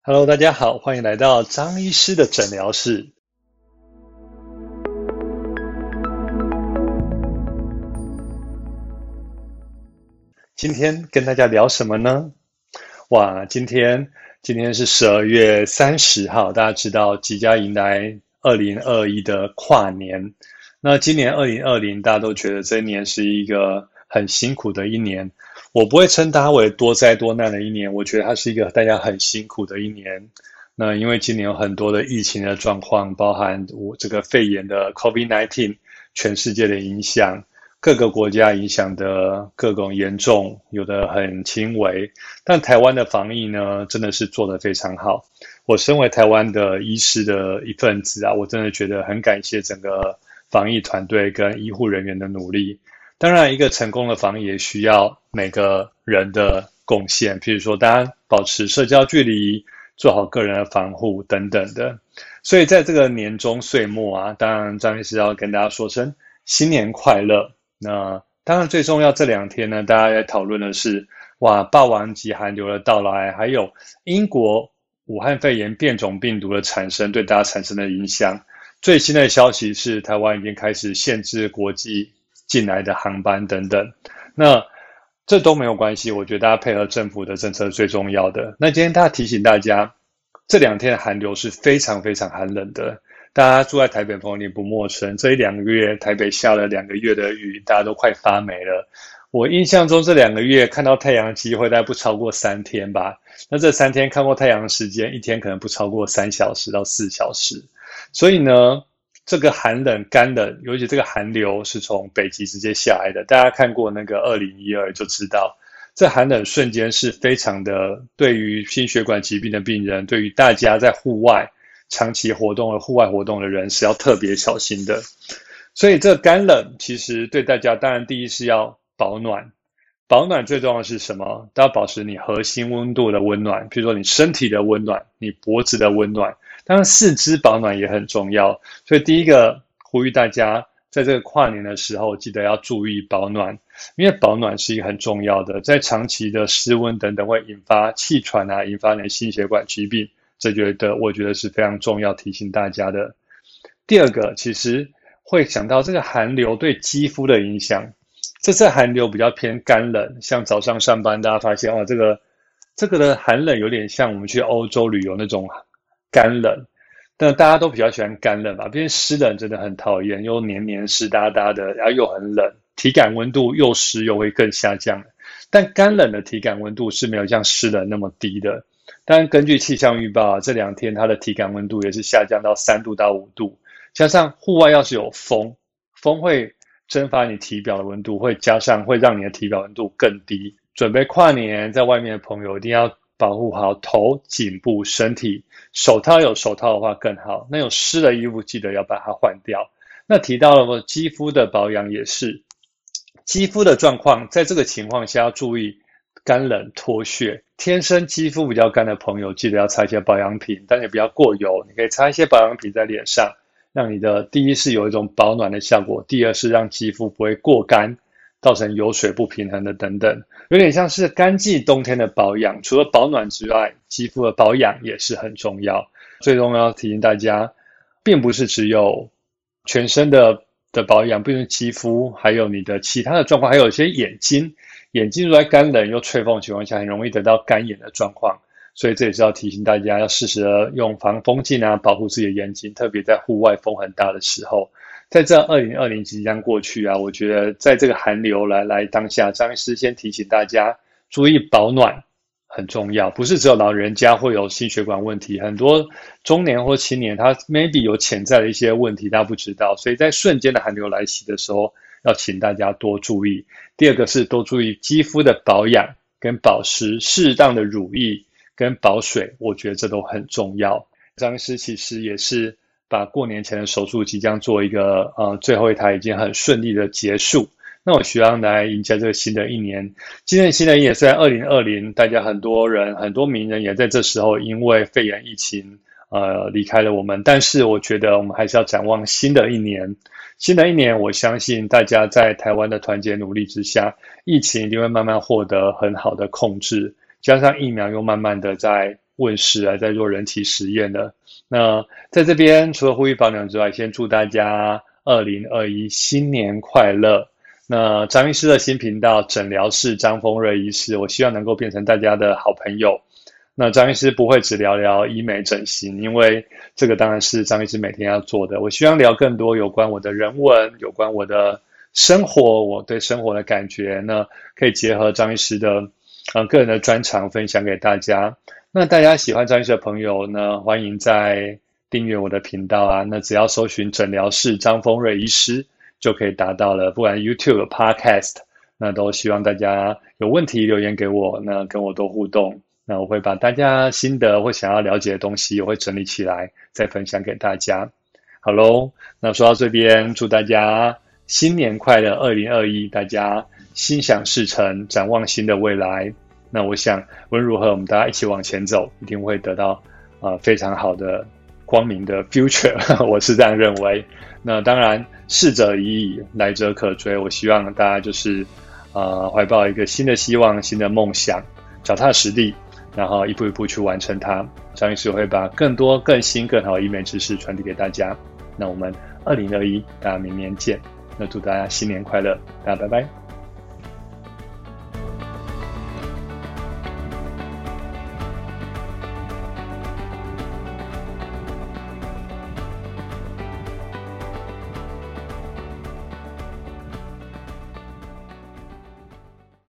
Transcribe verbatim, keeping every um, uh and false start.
Hello，大家好，欢迎来到张医师的诊疗室。今天跟大家聊什么呢？哇，今天今天是十二月三十号，大家知道即将迎来二零二一的跨年。那今年二零二零，大家都觉得这一年是一个很辛苦的一年。我不会称它为多灾多难的一年，我觉得它是一个大家很辛苦的一年。那因为今年有很多的疫情的状况，包含我这个肺炎的 COVID 十九 全世界的影响，各个国家影响的各种严重，有的很轻微。但台湾的防疫呢，真的是做得非常好。我身为台湾的医师的一份子啊，我真的觉得很感谢整个防疫团队跟医护人员的努力。当然，一个成功的防疫也需要每个人的贡献，譬如说大家保持社交距离，做好个人的防护等等的。所以在这个年终岁末啊，当然张医师要跟大家说声新年快乐。那当然最重要这两天呢，大家在讨论的是哇，霸王级寒流的到来，还有英国武汉肺炎变种病毒的产生对大家产生的影响。最新的消息是台湾已经开始限制国际进来的航班等等。那这都没有关系，我觉得大家配合政府的政策是最重要的。那今天大家提醒大家，这两天的寒流是非常非常寒冷的。大家住在台北朋友你不陌生，这一两个月台北下了两个月的雨，大家都快发霉了。我印象中这两个月看到太阳的机会大概不超过三天吧。那这三天看过太阳的时间，一天可能不超过三小时到四小时。所以呢，这个寒冷干冷，尤其这个寒流是从北极直接下来的，大家看过那个二零一二就知道，这寒冷瞬间是非常的，对于心血管疾病的病人，对于大家在户外长期活动的户外活动的人是要特别小心的。所以这干冷其实对大家，当然第一是要保暖，保暖最重要的是什么？都要保持你核心温度的温暖，比如说你身体的温暖，你脖子的温暖，当然四肢保暖也很重要。所以第一个呼吁大家在这个跨年的时候记得要注意保暖，因为保暖是一个很重要的，在长期的失温等等会引发气喘啊，引发你的心血管疾病，这觉得我觉得是非常重要提醒大家的。第二个其实会想到这个寒流对肌肤的影响。这次寒流比较偏干冷，像早上上班大家发现哇，这个这个的寒冷有点像我们去欧洲旅游那种干冷，但大家都比较喜欢干冷嘛，毕竟湿冷真的很讨厌，又黏黏湿哒哒的，然后又很冷，体感温度又湿又会更下降。但干冷的体感温度是没有像湿冷那么低的。当然根据气象预报啊，这两天它的体感温度也是下降到三度到五度，加上户外要是有风，风会蒸发你体表的温度，会加上会让你的体表温度更低。准备跨年在外面的朋友一定要保护好头、颈部、身体，手套有手套的话更好。那有湿的衣服记得要把它换掉。那提到了肌肤的保养也是，肌肤的状况在这个情况下要注意干冷脱屑。天生肌肤比较干的朋友记得要擦一些保养品，但也不要过油，你可以擦一些保养品在脸上，让你的第一是有一种保暖的效果，第二是让肌肤不会过干，造成油水不平衡的等等，有点像是干季冬天的保养。除了保暖之外，肌肤的保养也是很重要。最重要提醒大家，并不是只有全身的的保养，不是肌肤，还有你的其他的状况，还有一些眼睛，眼睛如果在干冷又吹风的情况下，很容易得到干眼的状况。所以这也是要提醒大家要适时的用防风镜啊，保护自己的眼睛，特别在户外风很大的时候。在这二零二零即将过去啊，我觉得在这个寒流来来当下，张医师先提醒大家注意保暖很重要，不是只有老人家会有心血管问题，很多中年或青年他 maybe 有潜在的一些问题，大家不知道，所以在瞬间的寒流来袭的时候，要请大家多注意。第二个是多注意肌肤的保养跟保湿，适当的乳液跟保水，我觉得这都很重要。张医师其实也是把过年前的手术即将做一个呃最后一台已经很顺利的结束。那我希望来迎接这个新的一年。今年新的一年虽然二零二零，大家很多人很多名人也在这时候因为肺炎疫情呃离开了我们，但是我觉得我们还是要展望新的一年。新的一年，我相信大家在台湾的团结努力之下，疫情一定会慢慢获得很好的控制，加上疫苗又慢慢的在问世啊，在做人体实验的。那在这边除了呼吁保暖之外，先祝大家二零二一新年快乐。那张医师的新频道诊疗室张丰瑞医师，我希望能够变成大家的好朋友。那张医师不会只聊聊医美整形，因为这个当然是张医师每天要做的。我希望聊更多有关我的人文，有关我的生活，我对生活的感觉呢，可以结合张医师的呃个人的专长分享给大家。那大家喜欢张医师的朋友呢，欢迎在订阅我的频道啊。那只要搜寻诊疗室张丰瑞医师就可以达到了，不管 YouTube、Podcast， 那都希望大家有问题留言给我，那跟我多互动。那我会把大家心得或想要了解的东西，我会整理起来再分享给大家。好咯，那说到这边，祝大家新年快乐，二零二一，大家心想事成，展望新的未来。那我想无论如何，我们大家一起往前走，一定会得到呃非常好的光明的 future， 我是这样认为。那当然，逝者已矣，来者可追。我希望大家就是呃怀抱一个新的希望、新的梦想，脚踏实地，然后一步一步去完成它。张医师会把更多、更新、更好的医美知识传递给大家。那我们二零二一，大家明年见。那祝大家新年快乐，大家拜拜。